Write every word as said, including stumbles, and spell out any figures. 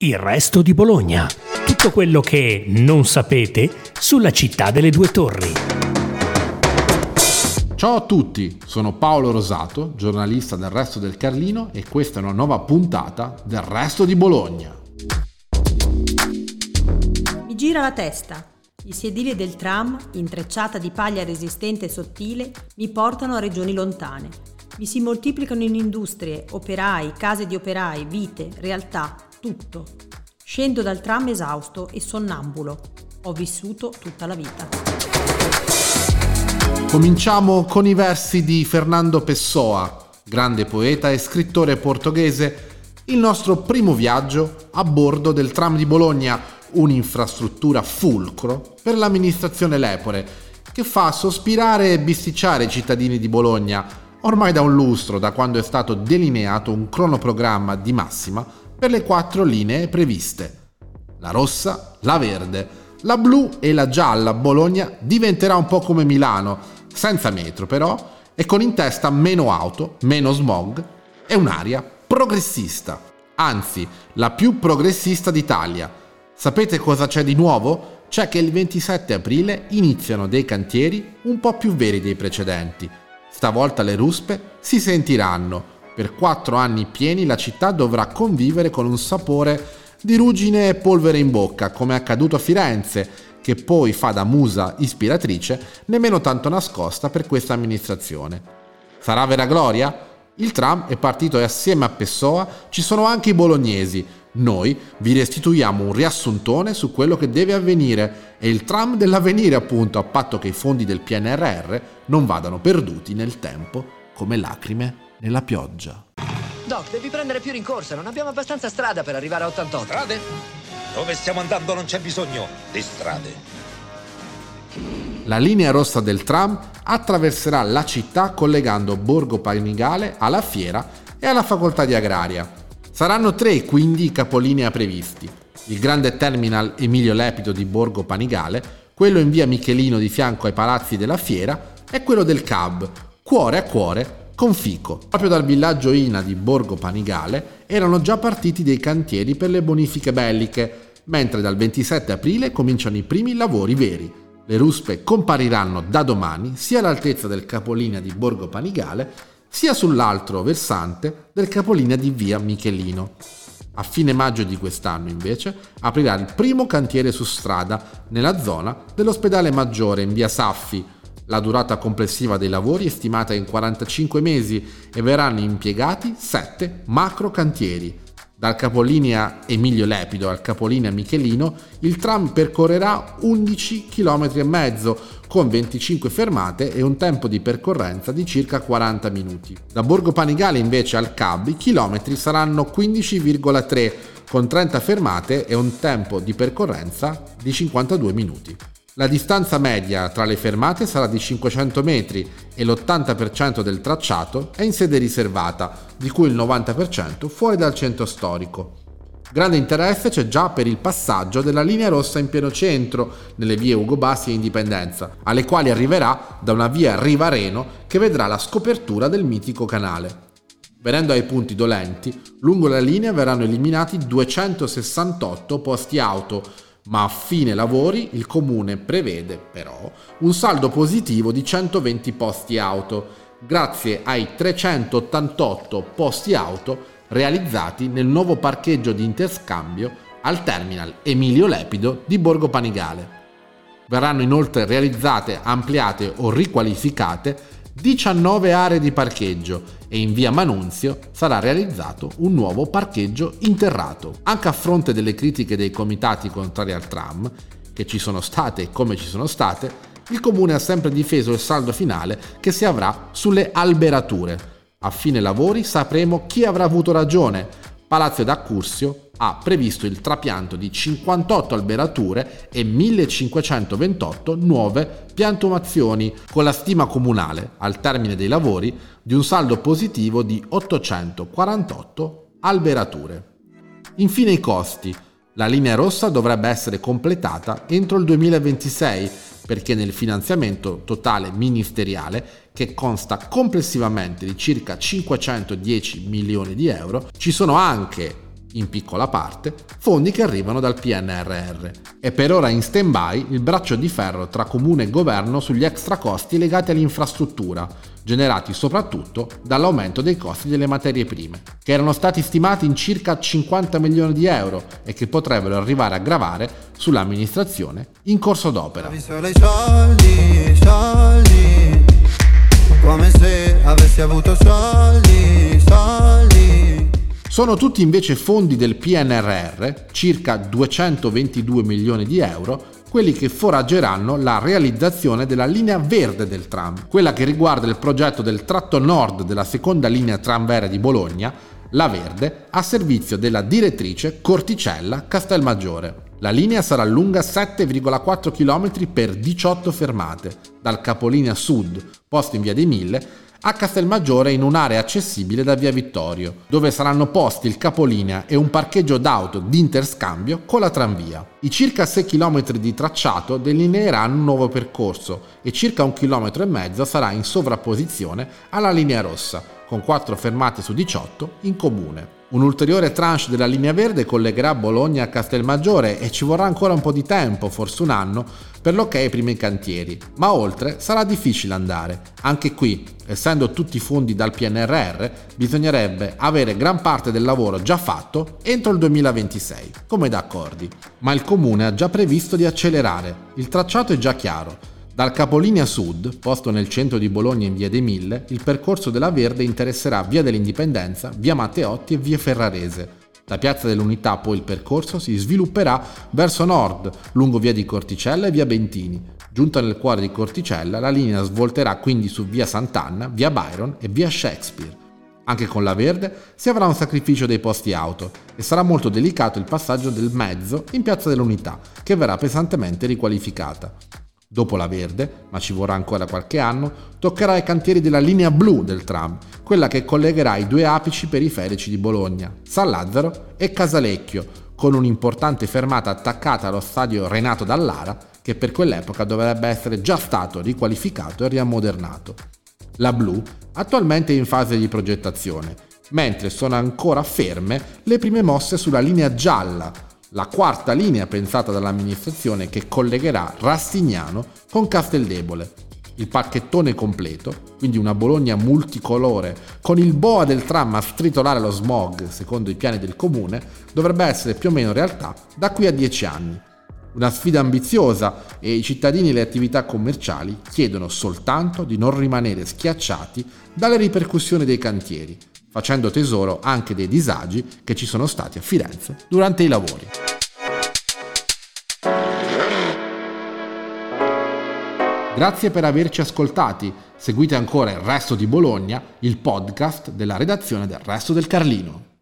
Il resto di Bologna. Tutto quello che non sapete sulla città delle due torri. Ciao a tutti, sono Paolo Rosato, giornalista del Resto del Carlino e questa è una nuova puntata del Resto di Bologna. Mi gira la testa. I sedili del tram, intrecciata di paglia resistente e sottile, mi portano a regioni lontane. Mi si moltiplicano in industrie, operai, case di operai, vite, realtà, tutto. Scendo dal tram esausto e sonnambulo. Ho vissuto tutta la vita. Cominciamo con i versi di Fernando Pessoa, grande poeta e scrittore portoghese, il nostro primo viaggio a bordo del tram di Bologna, un'infrastruttura fulcro per l'amministrazione Lepore, che fa sospirare e bisticciare i cittadini di Bologna, ormai da un lustro, da quando è stato delineato un cronoprogramma di massima per le quattro linee previste. La rossa, la verde, la blu e la gialla. Bologna diventerà un po' come Milano, senza metro però, e con in testa meno auto, meno smog e un'aria progressista, anzi la più progressista d'Italia. Sapete cosa c'è di nuovo? C'è che il ventisette aprile iniziano dei cantieri un po' più veri dei precedenti. Stavolta le ruspe si sentiranno. Per quattro anni pieni la città dovrà convivere con un sapore di ruggine e polvere in bocca, come è accaduto a Firenze, che poi fa da musa ispiratrice nemmeno tanto nascosta per questa amministrazione. Sarà vera gloria? Il tram è partito e assieme a Pessoa ci sono anche i bolognesi. Noi vi restituiamo un riassuntone su quello che deve avvenire e il tram dell'avvenire, appunto, a patto che i fondi del P N R R non vadano perduti nel tempo come lacrime nella pioggia. Doc, devi prendere più rincorsa, non abbiamo abbastanza strada per arrivare a ottantotto. Strade? Dove stiamo andando non c'è bisogno di strade. La linea rossa del tram attraverserà la città collegando Borgo Panigale alla Fiera e alla Facoltà di Agraria. Saranno tre quindi i capolinea previsti: il grande terminal Emilio Lepido di Borgo Panigale, quello in via Michelino di fianco ai palazzi della Fiera e quello del C A B, cuore a cuore con Fico. Proprio dal villaggio I N A di Borgo Panigale erano già partiti dei cantieri per le bonifiche belliche, mentre dal ventisette aprile cominciano i primi lavori veri. Le ruspe compariranno da domani sia all'altezza del capolinea di Borgo Panigale sia sull'altro versante del capolinea di via Michelino. A fine maggio di quest'anno, invece, aprirà il primo cantiere su strada nella zona dell'ospedale maggiore in via Saffi. La durata complessiva dei lavori è stimata in quarantacinque mesi e verranno impiegati sette macro cantieri. Dal capolinea Emilio Lepido al capolinea Michelino il tram percorrerà undici chilometri e mezzo con venticinque fermate e un tempo di percorrenza di circa quaranta minuti. Da Borgo Panigale invece al C A B i chilometri saranno quindici virgola tre con trenta fermate e un tempo di percorrenza di cinquantadue minuti. La distanza media tra le fermate sarà di cinquecento metri e l'ottanta per cento del tracciato è in sede riservata, di cui il novanta per cento fuori dal centro storico. Grande interesse c'è già per il passaggio della linea rossa in pieno centro, nelle vie Ugo Bassi e Indipendenza, alle quali arriverà da una via Rivareno che vedrà la scopertura del mitico canale. Venendo ai punti dolenti, lungo la linea verranno eliminati duecentosessantotto posti auto, ma a fine lavori il comune prevede però un saldo positivo di centoventi posti auto, grazie ai trecentottantotto posti auto realizzati nel nuovo parcheggio di interscambio al terminal Emilio Lepido di Borgo Panigale. Verranno inoltre realizzate, ampliate o riqualificate diciannove aree di parcheggio e in via Manunzio sarà realizzato un nuovo parcheggio interrato. Anche a fronte delle critiche dei comitati contrari al tram, che ci sono state e come ci sono state, il comune ha sempre difeso il saldo finale che si avrà sulle alberature. A fine lavori sapremo chi avrà avuto ragione. Palazzo d'Accursio ha previsto il trapianto di cinquantotto alberature e millecinquecentoventotto nuove piantumazioni, con la stima comunale, al termine dei lavori, di un saldo positivo di ottocentoquarantotto alberature. Infine i costi. La linea rossa dovrebbe essere completata entro il duemilaventisei, perché nel finanziamento totale ministeriale, che consta complessivamente di circa cinquecentodieci milioni di euro, ci sono anche in piccola parte, fondi che arrivano dal P N R R. E per ora in stand-by il braccio di ferro tra comune e governo sugli extra costi legati all'infrastruttura, generati soprattutto dall'aumento dei costi delle materie prime, che erano stati stimati in circa cinquanta milioni di euro e che potrebbero arrivare a gravare sull'amministrazione in corso d'opera. Soldi, soldi, come se avessi avuto soldi, soldi. Sono tutti invece fondi del P N R R, circa duecentoventidue milioni di euro, quelli che foraggeranno la realizzazione della linea verde del tram, quella che riguarda il progetto del tratto nord della seconda linea tramvere di Bologna, la Verde, a servizio della direttrice Corticella-Castelmaggiore. La linea sarà lunga sette virgola quattro chilometri per diciotto fermate, dal capolinea sud, posto in via dei Mille, a Castelmaggiore in un'area accessibile da via Vittorio, dove saranno posti il capolinea e un parcheggio d'auto di interscambio con la tranvia. I circa sei chilometri di tracciato delineeranno un nuovo percorso e circa un chilometro e mezzo sarà in sovrapposizione alla linea rossa, con quattro fermate su diciotto in comune. Un ulteriore tranche della linea verde collegherà Bologna a Castelmaggiore e ci vorrà ancora un po' di tempo, forse un anno, per l'ok ai primi cantieri, ma oltre sarà difficile andare. Anche qui, essendo tutti fondi dal P N R R, bisognerebbe avere gran parte del lavoro già fatto entro il duemilaventisei, come da accordi. Ma il comune ha già previsto di accelerare, il tracciato è già chiaro. Dal capolinea sud, posto nel centro di Bologna in via dei Mille, il percorso della Verde interesserà via dell'Indipendenza, via Matteotti e via Ferrarese. Da piazza dell'Unità poi il percorso si svilupperà verso nord, lungo via di Corticella e via Bentini. Giunta nel cuore di Corticella, la linea svolterà quindi su via Sant'Anna, via Byron e via Shakespeare. Anche con la Verde si avrà un sacrificio dei posti auto e sarà molto delicato il passaggio del mezzo in piazza dell'Unità, che verrà pesantemente riqualificata. Dopo la Verde, ma ci vorrà ancora qualche anno, toccherà i cantieri della linea blu del tram, quella che collegherà i due apici periferici di Bologna, San Lazzaro e Casalecchio, con un'importante fermata attaccata allo stadio Renato Dallara, che per quell'epoca dovrebbe essere già stato riqualificato e riammodernato. La blu attualmente è in fase di progettazione, mentre sono ancora ferme le prime mosse sulla linea gialla, la quarta linea pensata dall'amministrazione che collegherà Rastignano con Casteldebole. Il pacchettone completo, quindi una Bologna multicolore, con il boa del tram a stritolare lo smog secondo i piani del comune, dovrebbe essere più o meno realtà da qui a dieci anni. Una sfida ambiziosa e i cittadini e le attività commerciali chiedono soltanto di non rimanere schiacciati dalle ripercussioni dei cantieri, facendo tesoro anche dei disagi che ci sono stati a Firenze durante i lavori. Grazie per averci ascoltati. Seguite ancora Il Resto di Bologna, il podcast della redazione del Resto del Carlino.